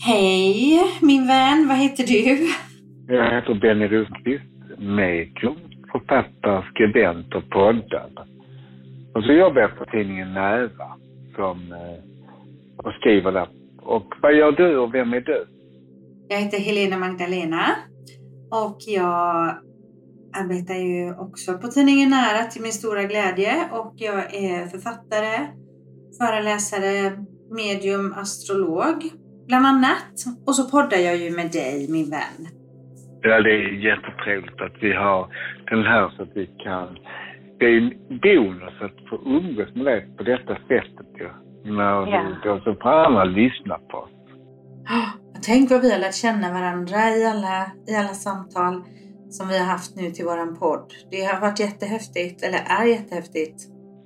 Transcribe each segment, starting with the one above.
Hej min vän, vad heter du? Jag heter Benny Rundqvist, medium, författare, skribent och poddare. Och så jobbar jag på tidningen Nära och skriver där. Och vad gör du och vem är du? Jag heter Helena Magdalena och jag arbetar ju också på tidningen Nära till min stora glädje. Och jag är författare, föreläsare, medium, astrolog bland annat. Och så poddar jag ju med dig min vän. Ja, det är jättetrevligt att vi har den här så att vi kan... Det är en bonus att få umgås med dig på detta sättet ju. När så får alla lyssna på oss. Tänk vad vi har lärt känna varandra i alla samtal som vi har haft nu till våran podd. Det har varit jättehäftigt, eller är jättehäftigt.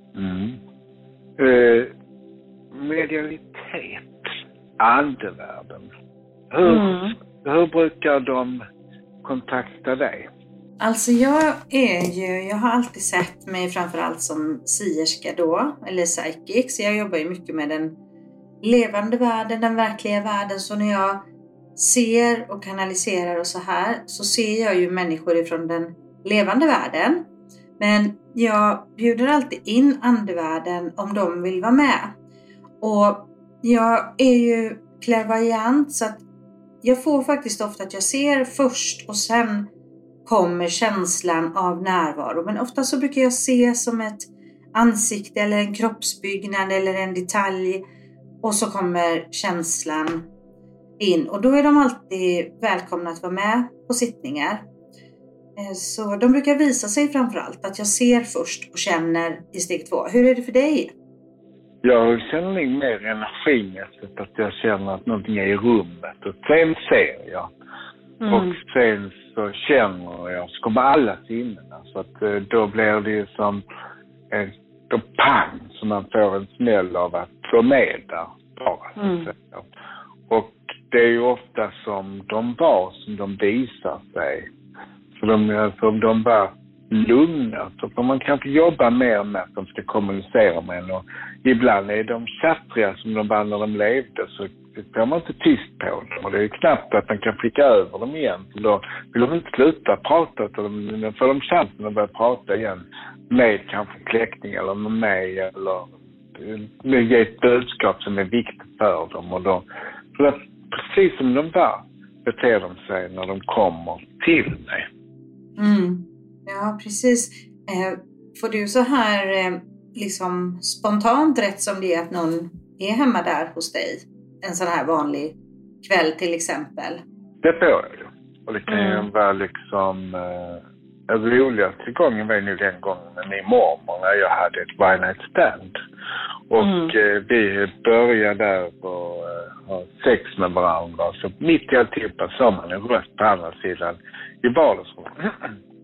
Medialitet, andevärlden. Hur brukar de kontakta dig? Alltså jag har alltid sett mig framförallt som sierska då, eller psychic. Så jag jobbar ju mycket med den levande världen, den verkliga världen. Så när jag ser och kanaliserar och så här, så ser jag ju människor ifrån den levande världen. Men jag bjuder alltid in andevärlden om de vill vara med. Och jag är ju klärvoajant, så att jag får faktiskt ofta att jag ser först och sen kommer känslan av närvaro. Men ofta så brukar jag se som ett ansikte eller en kroppsbyggnad eller en detalj. Och så kommer känslan in. Och då är de alltid välkomna att vara med på sittningar. Så de brukar visa sig framförallt att jag ser först och känner i steg 2. Hur är det för dig? Jag känner nog mer energimässigt att jag känner att någonting är i rummet. Och sen ser jag. Och sen så känner jag, så kommer alla sinnena. Så att då blir det som då pang, så man får en smäll av att få med där. Och det är ju ofta som de var som de visar sig. Så om de var lugna så får man kanske jobba mer med att de ska kommunicera med en. Och ibland är de chattriga som de var när de levde, så får man inte tyst på dem. Och det är knappt att man kan skicka över dem igen. Så då vill de inte sluta prata, utan får de chansen att börja prata igen med kanske släkting eller med mig, eller ge ett budskap som är viktigt för dem. Och då, så att precis som de var beter de sig när de kommer till mig. Ja, precis. Får du så här liksom spontant rätt som det är att någon är hemma där hos dig en sån här vanlig kväll till exempel? Det får jag ju. Och det kan ju vara liksom roligaste gången var ju den gången med min mormor när jag hade ett one night stand. Och vi började där och ha sex med varandra. Så mitt i alltihopa så man en röst på andra sidan i vardagsrummet.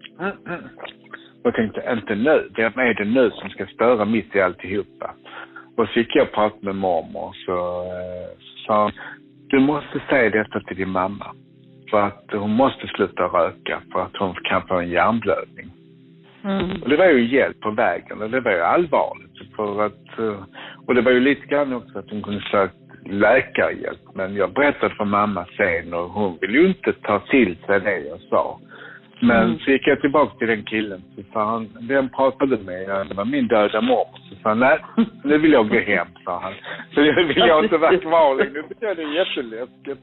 Och tänkte, inte nu. Vem är det nu som ska störa mitt i alltihopa? Och så fick jag prata med mormor, så sa du måste säga detta till din mamma. För att hon måste sluta röka för att hon kan få en hjärnblödning. Och det var ju hjälp på vägen, och det var ju allvarligt. Och det var ju lite grann också att hon kunde söka läkarhjälp. Men jag berättade för mamma sen, och hon ville ju inte ta till sig det jag sa. Men så gick jag tillbaka till den killen, så sa han, vem pratade med? Det var min döda mormor. Så sa han, nej, nu vill jag gå hem, sa han. Så det vill jag inte vara kvar längre. Nu tycker jag det är jätteläskigt.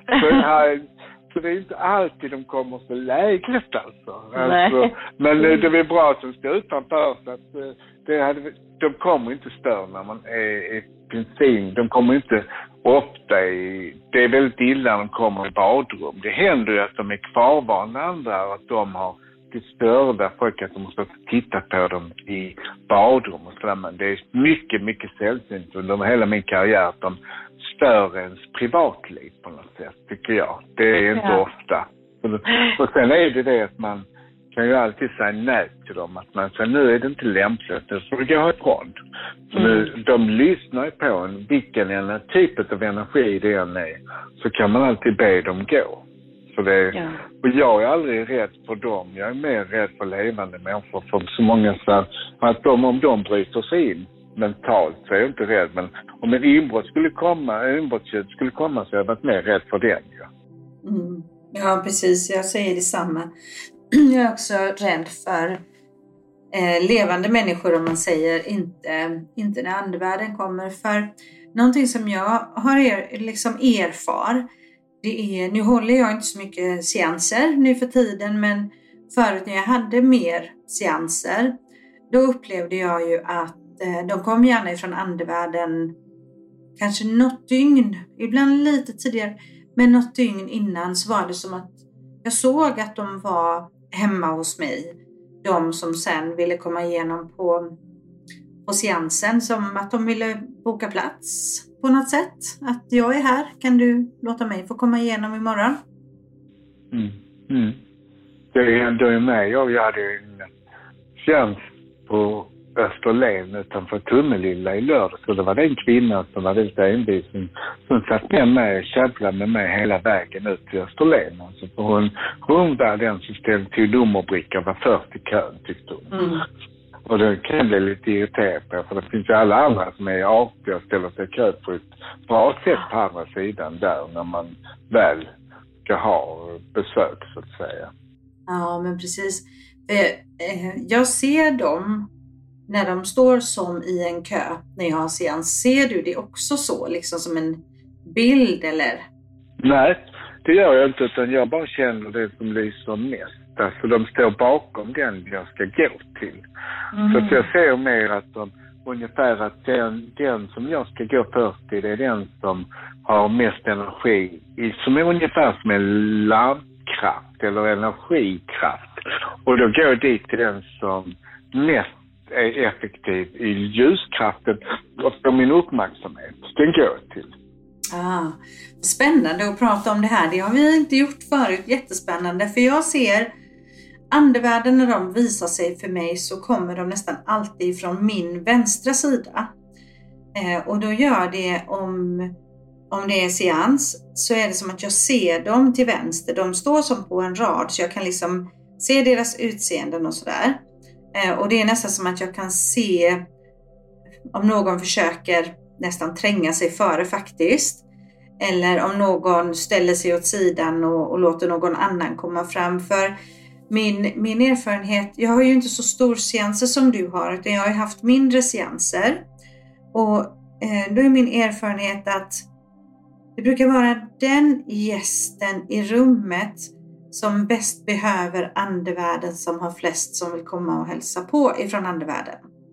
Så det är inte alltid de kommer så lägligt alltså. Men det är bra som ska utanför, så att de kommer inte störa när man är i princip. De kommer inte ofta det är väldigt illa när de kommer i badrum. Det händer ju att de är kvarvarande andra och att de har blivit störda folk, att de måste titta på dem i badrum och sådär. Men det är mycket, mycket sällsynt under hela min karriär att de stör ens privatliv på något sätt, tycker jag. Det är inte ofta. Och sen är det att man kan ju alltid säga nej till dem. Att man säger, nu är det inte lämpligt, nu får du gå härifrån. De lyssnar ju på vilken typ av energi det är, så kan man alltid be dem gå. Så och jag är aldrig rädd för dem. Jag är mer rädd för levande människor. För så många säger att om de bryter sig in mentalt så är jag inte rädd. Men om en inbrottstjuv skulle komma så har jag varit mer rädd för den. Ja. Ja, precis. Jag säger detsamma. Jag är också rädd för levande människor, om man säger, inte när andevärlden kommer. För någonting som jag har erfar, det är, nu håller jag inte så mycket seanser nu för tiden, men förut när jag hade mer seanser, då upplevde jag ju att de kom gärna ifrån andevärlden kanske något dygn, ibland lite tidigare, men något dygn innan så var det som att jag såg att de var hemma hos mig. De som sen ville komma igenom på seansen, som att de ville boka plats på något sätt. Att jag är här, kan du låta mig få komma igenom imorgon? Det hände ju mig. Jag hade en tjänst på Österlen utanför Tummelilla i lördag. Så det var en kvinna som var lite envis som satt med mig och kämplade med mig hela vägen ut till Österlen. Alltså för hon var den som ställde till nummerbricka, var först i kön, tyckte hon. Och det kan jag bli lite irriterad på, för det finns ju alla andra som är artiga och ställer sig i kö på ett bra sätt på andra sidan där när man väl ska ha besök, så att säga. Ja, men precis. Jag ser dem när de står som i en kö när jag har seans. Ser du det också så, liksom som en bild, eller? Nej, det gör jag inte, utan jag bara känner det som lyser mest. Alltså de står bakom den jag ska gå till. Så att jag ser mer att ungefär att den som jag ska gå först till, det är den som har mest energi, som är ungefär som en lampkraft eller energikraft. Och då går jag dit till den som mest är effektiv i ljuskraften och får min uppmärksamhet. Den går jag till. Spännande att prata om det här. Det har vi inte gjort förut. Jättespännande. För jag ser andevärlden, när de visar sig för mig så kommer de nästan alltid från min vänstra sida. Och då gör det om det är seans, så är det som att jag ser dem till vänster. De står som på en rad, så jag kan liksom se deras utseenden och sådär. Och det är nästan som att jag kan se om någon försöker nästan tränga sig före faktiskt. Eller om någon ställer sig åt sidan och låter någon annan komma fram. För min erfarenhet, jag har ju inte så stor seanser som du har, utan jag har haft mindre seanser. Och då är min erfarenhet att det brukar vara den gästen i rummet som bäst behöver andevärlden, som har flest som vill komma och hälsa på ifrån andevärlden.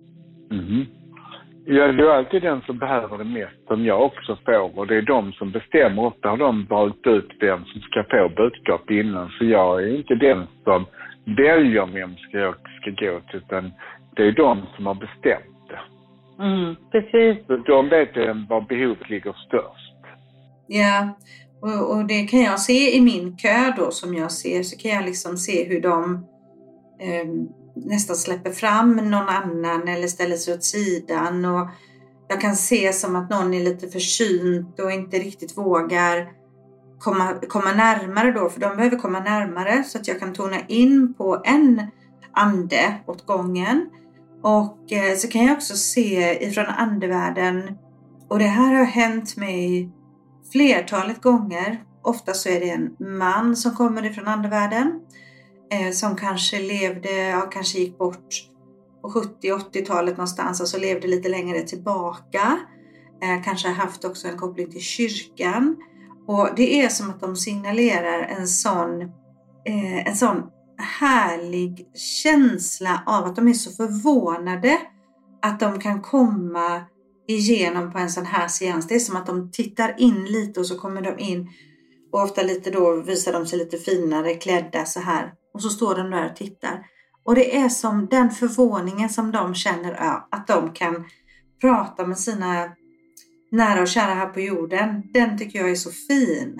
Ja, det är alltid den som behöver det mest som jag också får, och det är de som bestämmer. Ofta har de valt ut vem som ska få budskap innan, så jag är inte den som väljer vem jag ska gå till, utan det är de som har bestämt det. Precis. Så de vet var behovet ligger störst. Ja, och det kan jag se i min kö då, som jag ser, så kan jag liksom se hur de nästan släpper fram någon annan eller ställer sig åt sidan, och jag kan se som att någon är lite försynt och inte riktigt vågar komma närmare då, för de behöver komma närmare så att jag kan tona in på en ande åt gången. Och så kan jag också se ifrån andevärlden, och det här har hänt mig flertalet gånger. Ofta så är det en man som kommer ifrån andevärlden, som kanske kanske gick bort på 70-80-talet någonstans, och så levde lite längre tillbaka. Kanske har haft också en koppling till kyrkan. Och det är som att de signalerar en sån härlig känsla av att de är så förvånade att de kan komma igenom på en sån här seans. Det är som att de tittar in lite, och så kommer de in, och ofta lite då visar de sig lite finare klädda så här, och så står de där och tittar. Och det är som den förvåningen som de känner, att de kan prata med sina nära och kära här på jorden. Den tycker jag är så fin.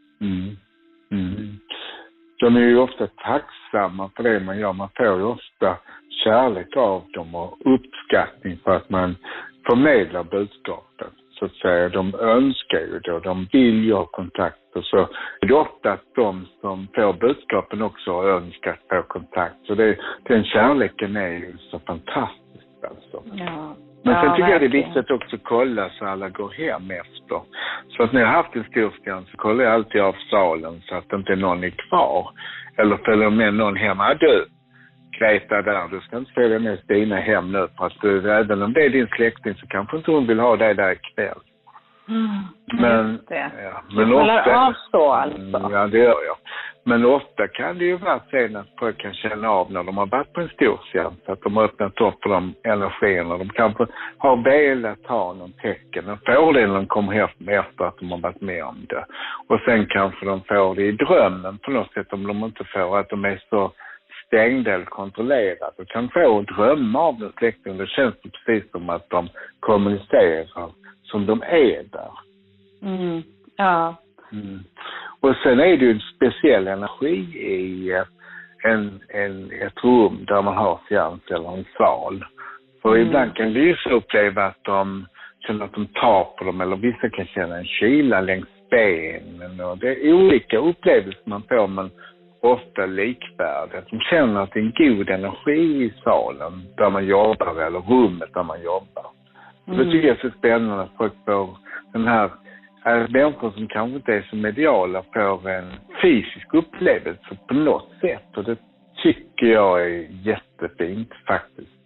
De är ju ofta tacksamma för det man gör. Man får ju ofta kärlek av dem och uppskattning för att man förmedlar budskapet. Så att säga, de önskar ju då, de vill ju ha kontakt, och så är det ofta att de som får budskapen också har önskat få kontakt. Så den kärleken är ju så fantastisk alltså. Ja, Men sen tycker jag det är viktigt att också kolla så alla går hem efter. Så att när jag har haft en stor seans så kollar jag alltid av salen så att inte någon är kvar. Eller följer med någon hemma. Du, Greta där, du ska inte följa med Stina hem nu. För att även om det är din släkting så kanske inte hon vill ha dig där ikväll. Men, ja, men ofta, av så alltså. Ja, det gör jag. Men ofta kan det ju vara sen att folk kan känna av när de har varit på en stor seans. Att de har öppnat upp för de energierna. De kanske har velat ha någon tecken. Och får det när de kommer hem efter att de har varit med om det. Och sen kanske de får det i drömmen på något sätt om de inte får att de är så stängda eller kontrollerade. De kan få drömma av den släkten. Det känns precis som att de kommunicerar som de är där. Ja. Och sen är det ju en speciell energi i ett rum där man har seans eller en sal. För ibland kan vi ju så uppleva att de känner att de tar på dem, eller vissa kan känna en kyla längs benen. Och det är olika upplevelser man får, men ofta likvärdiga. De känner att det är en god energi i salen där man jobbar, eller rummet där man jobbar. Det tycker jag är så spännande att folk får den här människor som kanske inte är så mediala får en fysisk upplevelse på något sätt. Och det tycker jag är jättefint faktiskt.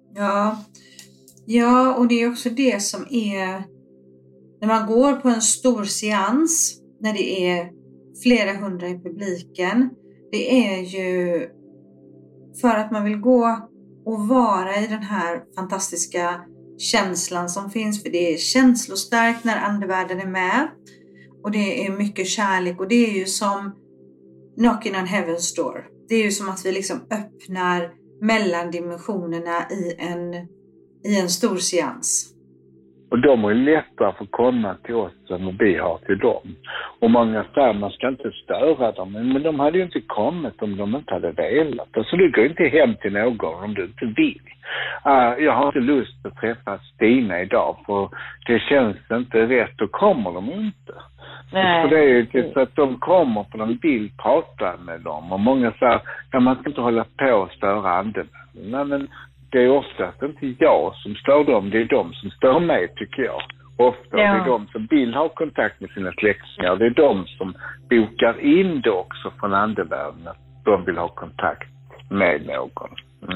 Ja, och det är också det som är när man går på en stor seans, när det är flera hundra i publiken. Det är ju för att man vill gå och vara i den här fantastiska känslan som finns, för det är känslostarkt när andevärlden är med och det är mycket kärlek, och det är ju som knocking on heaven's door. Det är ju som att vi liksom öppnar mellandimensionerna i en stor seans. Och de är lättare att få komma till oss än vi har till dem. Och många säger man ska inte störa dem. Men de hade ju inte kommit om de inte hade velat. Alltså du går inte hem till någon om du inte vill. Jag har inte lust att träffa Stina idag. För det känns inte rätt. Då kommer de inte. Nej. För det är ju så att de kommer för de vill prata med dem. Och många säger att man ska inte hålla på och störa andevärlden. Nej, men det är oftast inte jag som stör dem, det är de som stör mig, tycker jag. Ofta det är de som vill ha kontakt med sina släktingar. Det är de som bokar in det också från andevärlden. De vill ha kontakt med någon.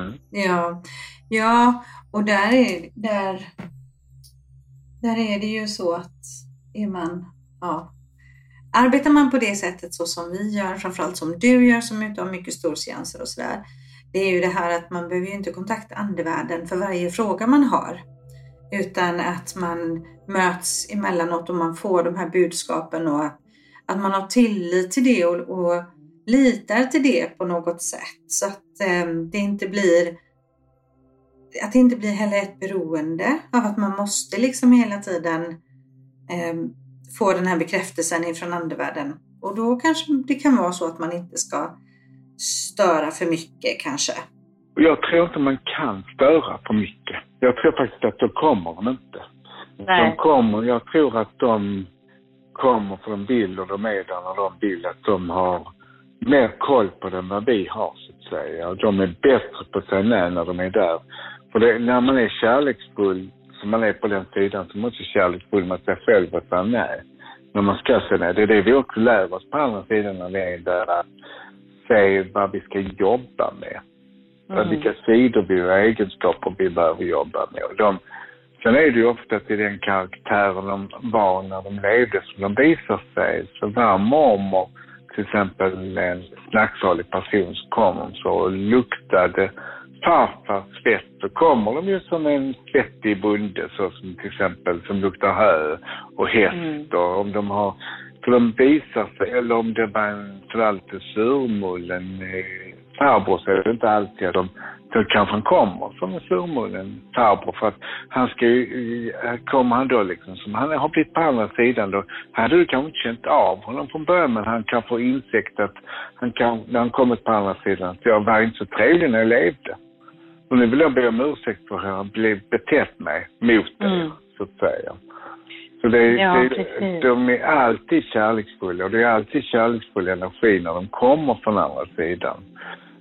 Ja, och där är det ju så att arbetar man på det sättet så som vi gör, framförallt som du gör som ute har mycket storseanser och sådär. Det är ju det här att man behöver ju inte kontakta andevärlden för varje fråga man har. Utan att man möts emellanåt och man får de här budskapen och att man har tillit till det och litar till det på något sätt. Så att det inte blir heller ett beroende av att man måste liksom hela tiden få den här bekräftelsen ifrån andevärlden. Och då kanske det kan vara så att man inte ska störa för mycket kanske. Jag tror inte man kan störa för mycket. Jag tror faktiskt att de kommer inte. Nej. De kommer, jag tror att de kommer för de vill och de är där när de vill, att de har mer koll på det än vad vi har så att säga. De är bättre på att säga nej när de är där. För det, när man är kärleksfull, som man är på den sidan, så måste kärleksfull med sig själv och säga nej. När man ska säga nej. Det är det vi också lär oss på andra sidan när vi är där, att se vad vi ska jobba med. Vilka sidor vi och egenskaper vi behöver jobba med. Och sen är det ju ofta till den karaktären de var när de levde som de visar sig. Så var mormor till exempel en snacksalig person som kom så luktade farfar svett, så kommer de ju som en svettig bonde, så som till exempel som luktar hö och häst. Och om de har, för de visar sig, eller om det var en alltid surmullen farbror, så är det inte alltid att då kanske han kommer som en surmullen farbror, för att han ska ju, kommer han då liksom, som han har blivit på andra sidan, då hade du kanske inte känt av honom från början, men han kan få insikt att han kan, när han kommit på andra sidan, att jag var inte så trevlig när jag levde. Och nu vill jag be om ursäkt för hur han blev betett mig mot det, så att säga. Så de är alltid kärleksfulla, och det är alltid kärleksfull energi när de kommer från andra sidan.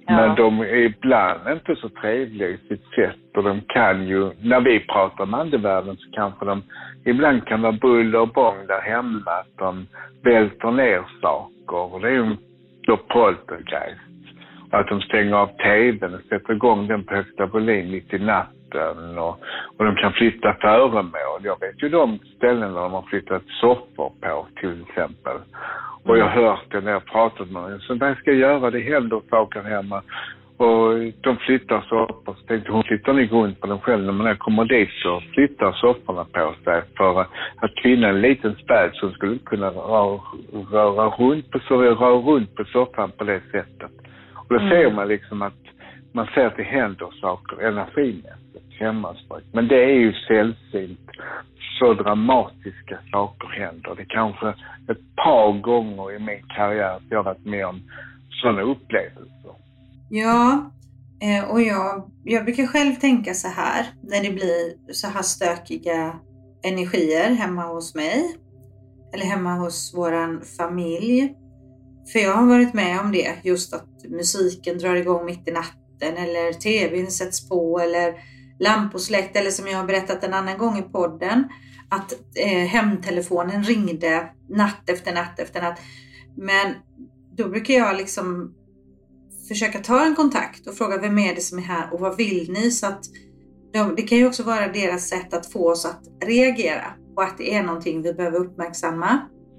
Men de är ibland inte så trevliga i sitt sätt. Och de kan ju, när vi pratar om andevärlden så kanske de ibland kan vara buller och bång där hemma. Att de välter ner saker. Och det är ju då poltergeist. Och att de stänger av tvn och sätter igång den på högsta volym mitt i natten. Och de kan flytta föremål. Jag vet ju de ställen där de har flyttat soffor på till exempel. Och jag har hört det när jag pratat med dem. Så vad ska jag göra? Det händer saker hemma. Och de flyttar soffor. Så tänkte hon flyttar nog runt på dem själv. När man kommer dit så flyttar sofforna på sig. För att kvinnan en liten späd som skulle kunna röra runt på soffan på det sättet. Och då ser man liksom att man ser att det händer saker energimässigt hemma. Men det är ju sällsynt. Så dramatiska saker händer. Det kanske ett par gånger i min karriär att jag har varit med om sådana upplevelser. Ja, och jag brukar själv tänka så här när det blir så här stökiga energier hemma hos mig eller hemma hos våran familj. För jag har varit med om det, just att musiken drar igång mitt i natten eller tvn sätts på eller lampor släckt, eller som jag har berättat en annan gång i podden att hemtelefonen ringde natt efter natt. Men då brukar jag liksom försöka ta en kontakt och fråga vem är det som är här och vad vill ni, så att det kan ju också vara deras sätt att få oss att reagera och att det är någonting vi behöver uppmärksamma.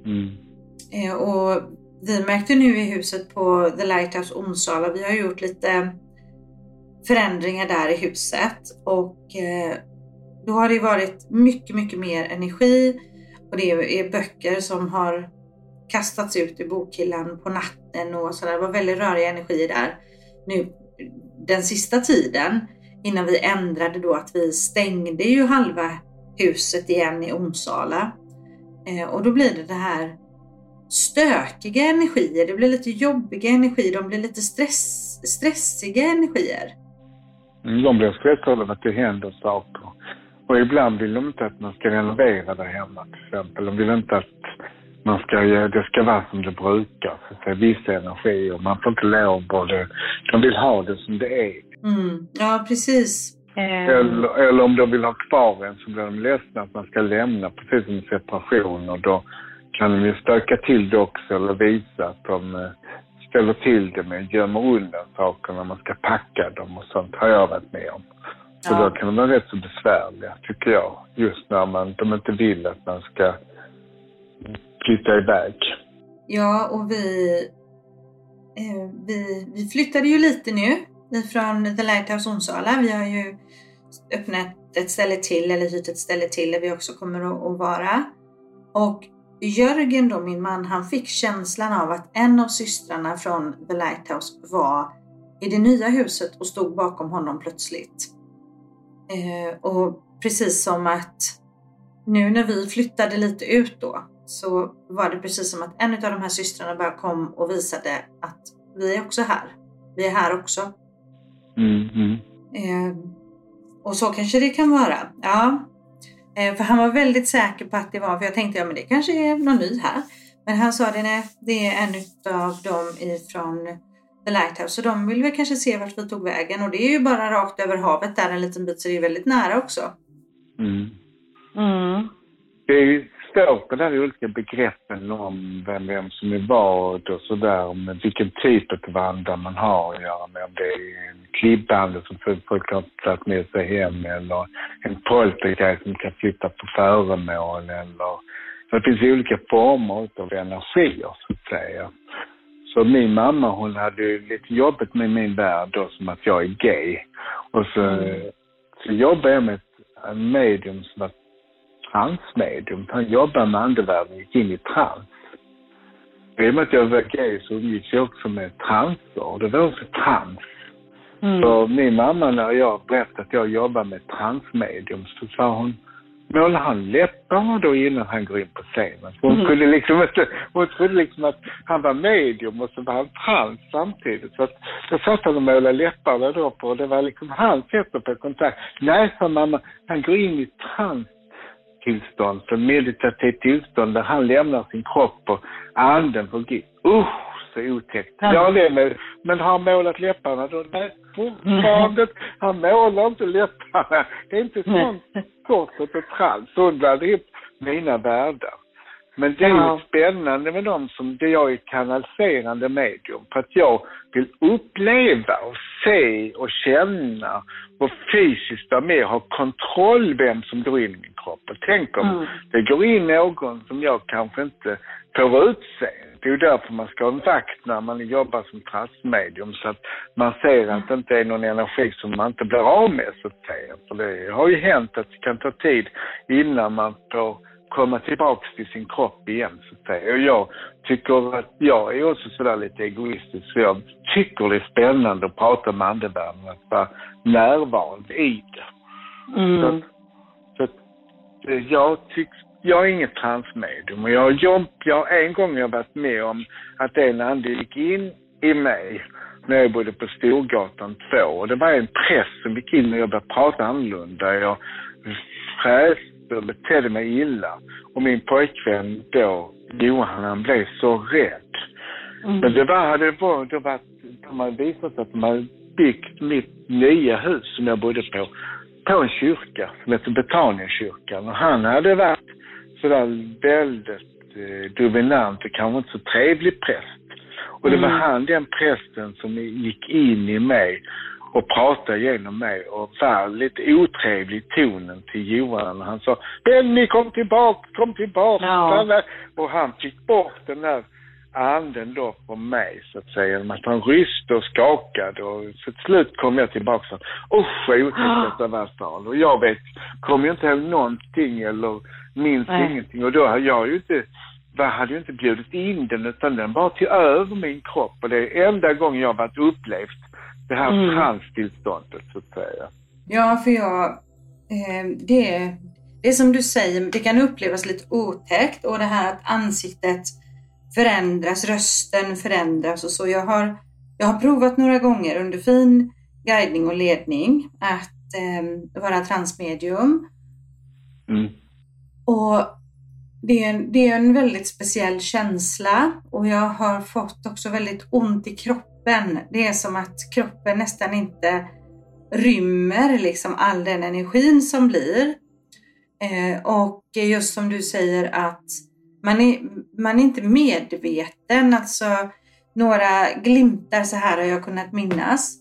Och vi märkte nu i huset på The Lighthouse Onsala, vi har gjort lite förändringar där i huset och då har det varit mycket, mycket mer energi och det är böcker som har kastats ut i bokhyllan på natten och sådär. Det var väldigt rörig energi där nu den sista tiden innan vi ändrade då att vi stängde ju halva huset igen i Onsala och då blir det här stökiga energier, det blir lite jobbiga energier, de blir lite stressiga energier. De blir stressade av att det händer saker. Och ibland vill de inte att man ska renovera där hemma till exempel. De vill inte att det ska vara som det brukar. Så det är vissa energier. Man får inte lov på det. De vill ha det som det är. Ja, precis. Eller om de vill ha kvar en så blir de ledsna att man ska lämna, precis som en separation. Och då kan de ju stöka till det också eller visa att de ställer till det med gömmer undan saker när man ska packa dem och sånt har jag varit med om. Så då kan de vara rätt så besvärliga tycker jag. Just när de inte vill att man ska flytta iväg. Ja, och vi flyttade ju lite nu från The Lighthouse Onsala. Vi har ju öppnat ett ställe till eller hyrt ett ställe till där vi också kommer att vara. Och Jörgen då, min man, han fick känslan av att en av systrarna från The Lighthouse var i det nya huset och stod bakom honom plötsligt. Och precis som att nu när vi flyttade lite ut då så var det precis som att en av de här systrarna bara kom och visade att vi är också här. Vi är här också. Och så kanske det kan vara. Ja. För han var väldigt säker på att det var, för jag tänkte men det kanske är någon ny här. Men han sa det är en av dem ifrån The Lighthouse. Så de vill väl kanske se vart vi tog vägen. Och det är ju bara rakt över havet där en liten bit, så det är väldigt nära också. Det är ju svårt det där olika begreppen om vem som är vad och sådär. Med vilken typ av vandrar man har att göra med. Om det är en klibbande som folk har tagit med sig hem eller en poltergeist som kan flytta på föremål. Så det finns olika former av energier så att säga. Så min mamma hon hade ju lite jobbet med min värld då som att jag är gay. Och så jobbade jag med en medium som var transmedium. Han jobbade med andevärlden och gick in i trans. I och med att jag var gay så gick jag också med transer. Det var också trans. Så min mamma när jag berättade att jag jobbar med transmedium så sa hon, målar han läpparna då innan han går in på scenen? Hon trodde liksom att han var medium och så var han trans samtidigt. Så att jag satt han och målade läpparna då på och det var liksom hans sätt att få kontakt. Nej, sa mamma, han går in i transtillstånd, så meditativt tillstånd där han lämnar sin kropp och anden får gå. så otäckt. Ja, men har han målat läpparna då? Nej, fortfarande. Han målar inte läpparna. Det är inte sånt korset och trall. Så blandar ihop mina världar. Men det är ju spännande med dem som det jag är kanaliserande medium. För att jag vill uppleva och se och känna och fysiskt vara med och ha kontroll vem som går in i min kropp. Och tänk om det går in någon som jag kanske inte får utse. Det är ju därför man ska ha en vakt när man jobbar som transmedium, så att man ser att det inte är någon energi som man inte blir av med, så att säga. För det har ju hänt att det kan ta tid innan man får komma tillbaka till sin kropp igen, så att säga. Och jag tycker att jag är också sådär lite egoistisk, så jag tycker det är spännande att prata med andevärlden, att vara närvarande i det. Så att jag är inget transmedium, och jag en gång har varit med om att en ande gick in i mig när jag bodde på Storgatan 2, och det var en präst som gick in och jag började prata annorlunda. Jag fräste och betedde mig illa, och min pojkvän då, Johan, han blev så rädd. Men de hade visat att de hade byggt mitt nya hus som jag bodde på en kyrka som heter Betaniakyrkan, och han hade varit sådär väldigt dominant och kanske inte så trevlig präst. Och det var den prästen som gick in i mig och pratade genom mig och var lite otrevlig i tonen till Johan. Han sa, Benny, kom tillbaka. Ja. Och han fick bort den där anden då på mig, så att säga. Att han ryste och skakade, och så till slut kom jag tillbaka och sa, usch vad otäckt detta var tal. Och jag kom ju inte ihåg någonting eller minns ingenting. Och då hade jag ju inte bjudit in den, utan den bara till över min kropp. Och det är enda gången jag varit upplevt det här transtillståndet, så att säga. Ja, för det är som du säger, det kan upplevas lite otäckt, och det här att ansiktet förändras, rösten förändras och så. Jag har provat några gånger under fin guidning och ledning att vara transmedium. Och det är en väldigt speciell känsla, och jag har fått också väldigt ont i kroppen. Det är som att kroppen nästan inte rymmer liksom all den energin som blir. Och just som du säger att man är inte medveten. Alltså några glimtar så här har jag kunnat minnas.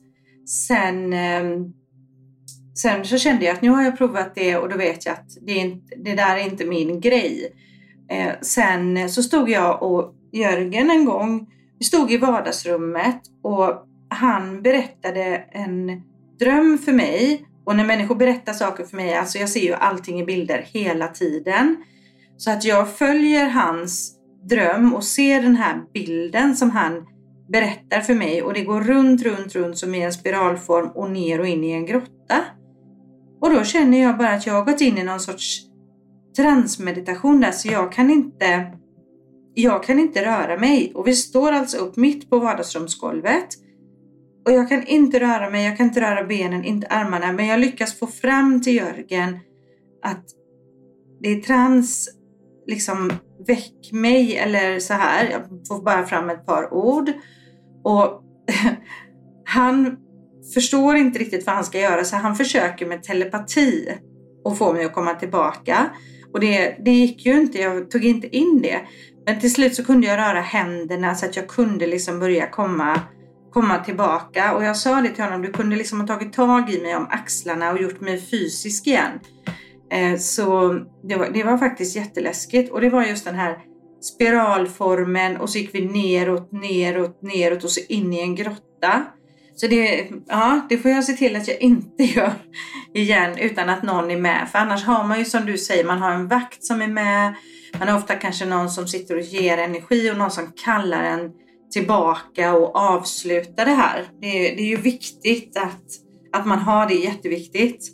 Sen så kände jag att nu har jag provat det, och då vet jag att det där är inte min grej. Sen så stod jag och Jörgen en gång, vi stod i vardagsrummet, och han berättade en dröm för mig. Och när människor berättar saker för mig, alltså jag ser ju allting i bilder hela tiden. Så att jag följer hans dröm och ser den här bilden som han berättar för mig. Och det går runt som i en spiralform och ner och in i en grotta. Och då känner jag bara att jag har gått in i någon sorts transmeditation där, så jag kan inte röra mig. Och vi står alltså upp mitt på vardagsrumsgolvet. Och jag kan inte röra mig, jag kan inte röra benen, inte armarna. Men jag lyckas få fram till Jörgen att det är trans, liksom väck mig eller så här. Jag får bara fram ett par ord. Och han förstår inte riktigt vad han ska göra, så han försöker med telepati och få mig att komma tillbaka. Och det gick ju inte, jag tog inte in det. Men till slut så kunde jag röra händerna så att jag kunde liksom börja komma tillbaka. Och jag sa det till honom, du kunde liksom ha tagit tag i mig om axlarna och gjort mig fysisk igen. Så det var faktiskt jätteläskigt. Och det var just den här spiralformen, och så gick vi neråt och så in i en grotta. Så det får jag se till att jag inte gör igen utan att någon är med. För annars har man ju, som du säger, man har en vakt som är med. Man har ofta kanske någon som sitter och ger energi och någon som kallar en tillbaka och avslutar det här. Det är ju viktigt att man har det, jätteviktigt.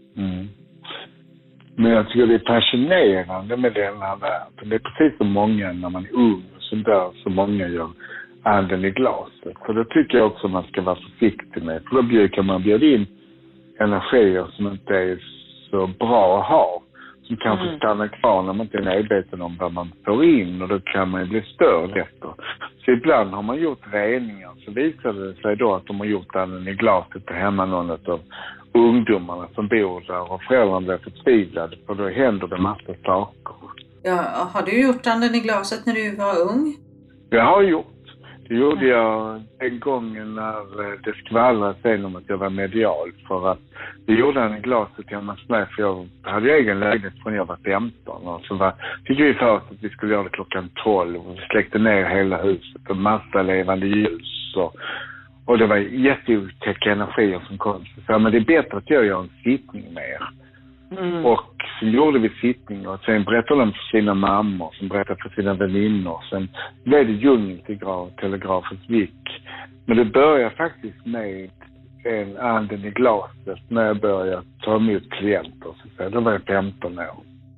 Men jag tycker det är fascinerande med den här världen. Det är precis så många när man är ung och så där, så många gör anden i glaset. För då tycker jag också man ska vara försiktig med. För då kan man bjuda in energier som inte är så bra att ha. som kanske stannar kvar när man inte är medveten om vad man får in, och då kan man ju bli störd efter. Så ibland har man gjort reningar, så visar det sig då att de har gjort anden i glaset på hemma någon av ungdomarna som bor där, och föräldrarna blir förtvivlade, för då händer det massa saker. Ja, har du gjort anden i glaset när du var ung? Jag har gjort. Det gjorde jag en gång när det skvallrade sen om att jag var medial, för att det gjorde han i glaset hemma hos mig, för jag hade egen lägenhet från jag var 15, och så fick vi för oss att vi skulle göra det klockan 12, och vi släckte ner hela huset och massa levande ljus, och det var jätteotäcka energier som kom. Så men det är bättre att jag gör en sittning med er. Och så gjorde vi sittning, och sen berättade de för sina mammor, som berättade för sina väninnor. Sen blev det djungeltelegrafens gick. Men det började faktiskt med en anden i glaset när jag började ta emot klienter. Så då var jag 15 år.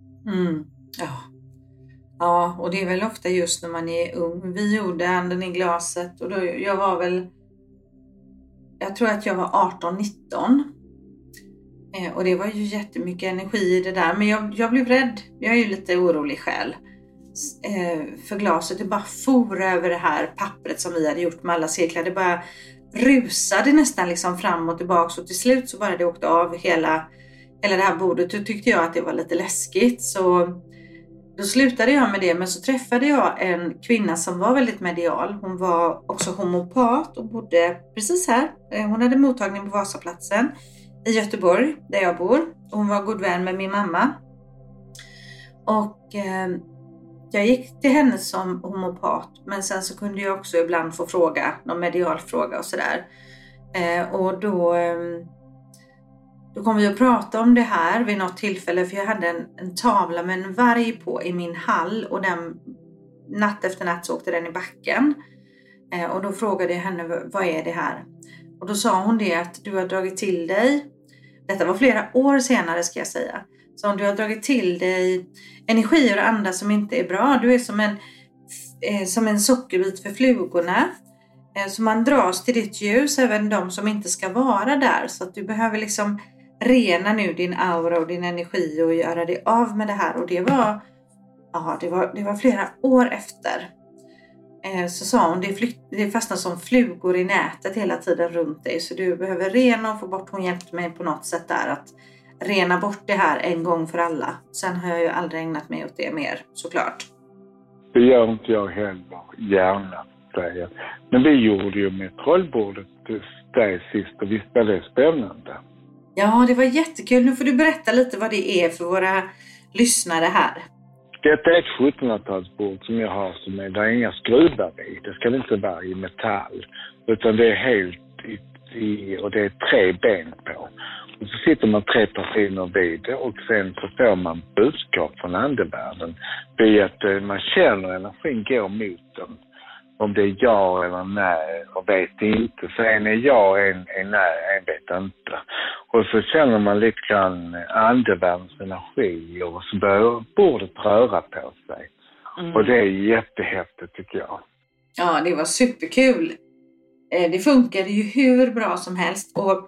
Ja, och det är väl ofta just när man är ung. Vi gjorde anden i glaset, och då, jag tror att jag var 18-19. Och det var ju jättemycket energi i det där. Men jag blev rädd. Jag är ju lite orolig själv. För glaset, det bara for över det här pappret som vi hade gjort med alla cirklar. Det bara rusade nästan liksom fram och tillbaka. Och till slut så bara det åkte av hela det här bordet. Då tyckte jag att det var lite läskigt. Så då slutade jag med det. Men så träffade jag en kvinna som var väldigt medial. Hon var också homopat och bodde precis här. Hon hade mottagning på Vasaplatsen i Göteborg, där jag bor. Hon var god vän med min mamma. Och jag gick till henne som homopat. Men sen så kunde jag också ibland få fråga, någon medial fråga och sådär. Och då kom vi att prata om det här vid något tillfälle. För jag hade en tavla med en varg på i min hall. Och den, natt efter natt så åkte den i backen. Och då frågade jag henne, vad är det här? Och då sa hon det att du har dragit till dig. Detta var flera år senare, ska jag säga. Så om du har dragit till dig energier och andra som inte är bra. Du är som en sockerbit för flugorna. Så man dras till ditt ljus, även de som inte ska vara där. Så att du behöver liksom rena nu din aura och din energi och göra dig av med det här. Och det var flera år efter. Så sa hon, det fastnar som flugor i nätet hela tiden runt dig. Så du behöver rena och få bort. Hon hjälpte mig på något sätt där att rena bort det här en gång för alla. Sen har jag ju aldrig ägnat mig åt det mer, såklart. Det gör inte jag heller, gärna säger. Men vi gjorde ju med trollbordet där sist, och visst var det spännande. Ja, det var jättekul. Nu får du berätta lite vad det är för våra lyssnare här. Detta är ett 1700-talsbord som jag har, som är där inga skruvar i. Det ska inte vara i metall, utan det är helt och det är 3 ben på. Och så sitter man 3 personer vid det, och sen så får man budskap från andevärlden. Det är att man känner energin går mot den. Om det är ja eller nej, och vet inte. Så en är ja, en är nej, en vet inte. Och så känner man lite grann andevärldens energi, och så börjar bordet röra på sig. Och det är jättehäftigt, tycker jag. Ja, det var superkul. Det funkade ju hur bra som helst. Och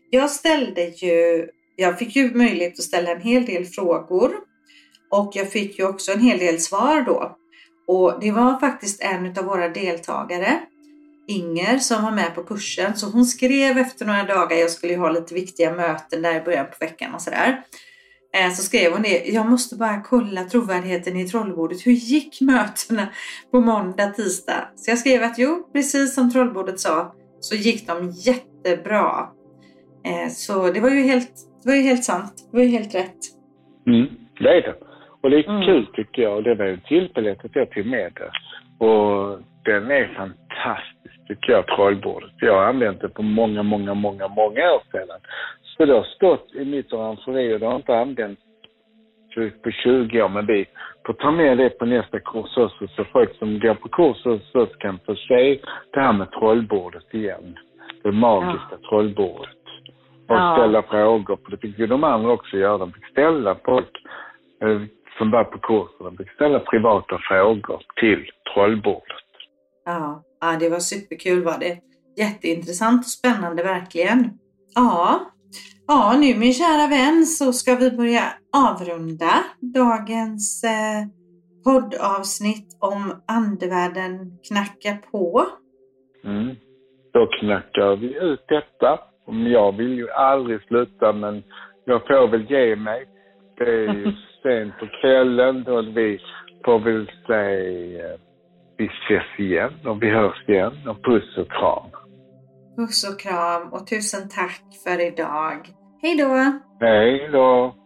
jag fick ju möjlighet att ställa en hel del frågor. Och jag fick ju också en hel del svar då. Och det var faktiskt en av våra deltagare, Inger, som var med på kursen. Så hon skrev efter några dagar, jag skulle ju ha lite viktiga möten där i början på veckan och sådär. Så skrev hon det, jag måste bara kolla trovärdigheten i trollbordet. Hur gick mötena på måndag, tisdag? Så jag skrev att precis som trollbordet sa, så gick de jättebra. Så det var ju helt sant. Det var ju helt rätt. Det är det. Och det är kul, tycker jag. Och det var ju tillfället att jag tog med det. Och den är fantastisk, tycker jag, trollbordet. Jag har använt det på många år sedan. Så det har stått i mitt orangeri, och det har inte använts på 20 år. Men vi får ta med det på nästa kurs också. Så folk som går på kurs så kan få se det här med trollbordet igen. Det magiska trollbordet. Och ställa frågor. För det fick ju de andra också göra. De fick ställa folk som var på kursen. De fick ställa privata frågor till trollbordet. Ja, det var superkul, var det. Jätteintressant och spännande, verkligen. Ja, Ja, nu min kära vän så ska vi börja avrunda dagens poddavsnitt om andevärlden knackar på. Då knackar vi ut detta. Jag vill ju aldrig sluta, men jag får väl ge mig. Det är ju sent på kvällen då vi får väl säga vi ses igen och vi hörs igen och puss och kram. Puss och kram och tusen tack för idag. Hej då! Hej då!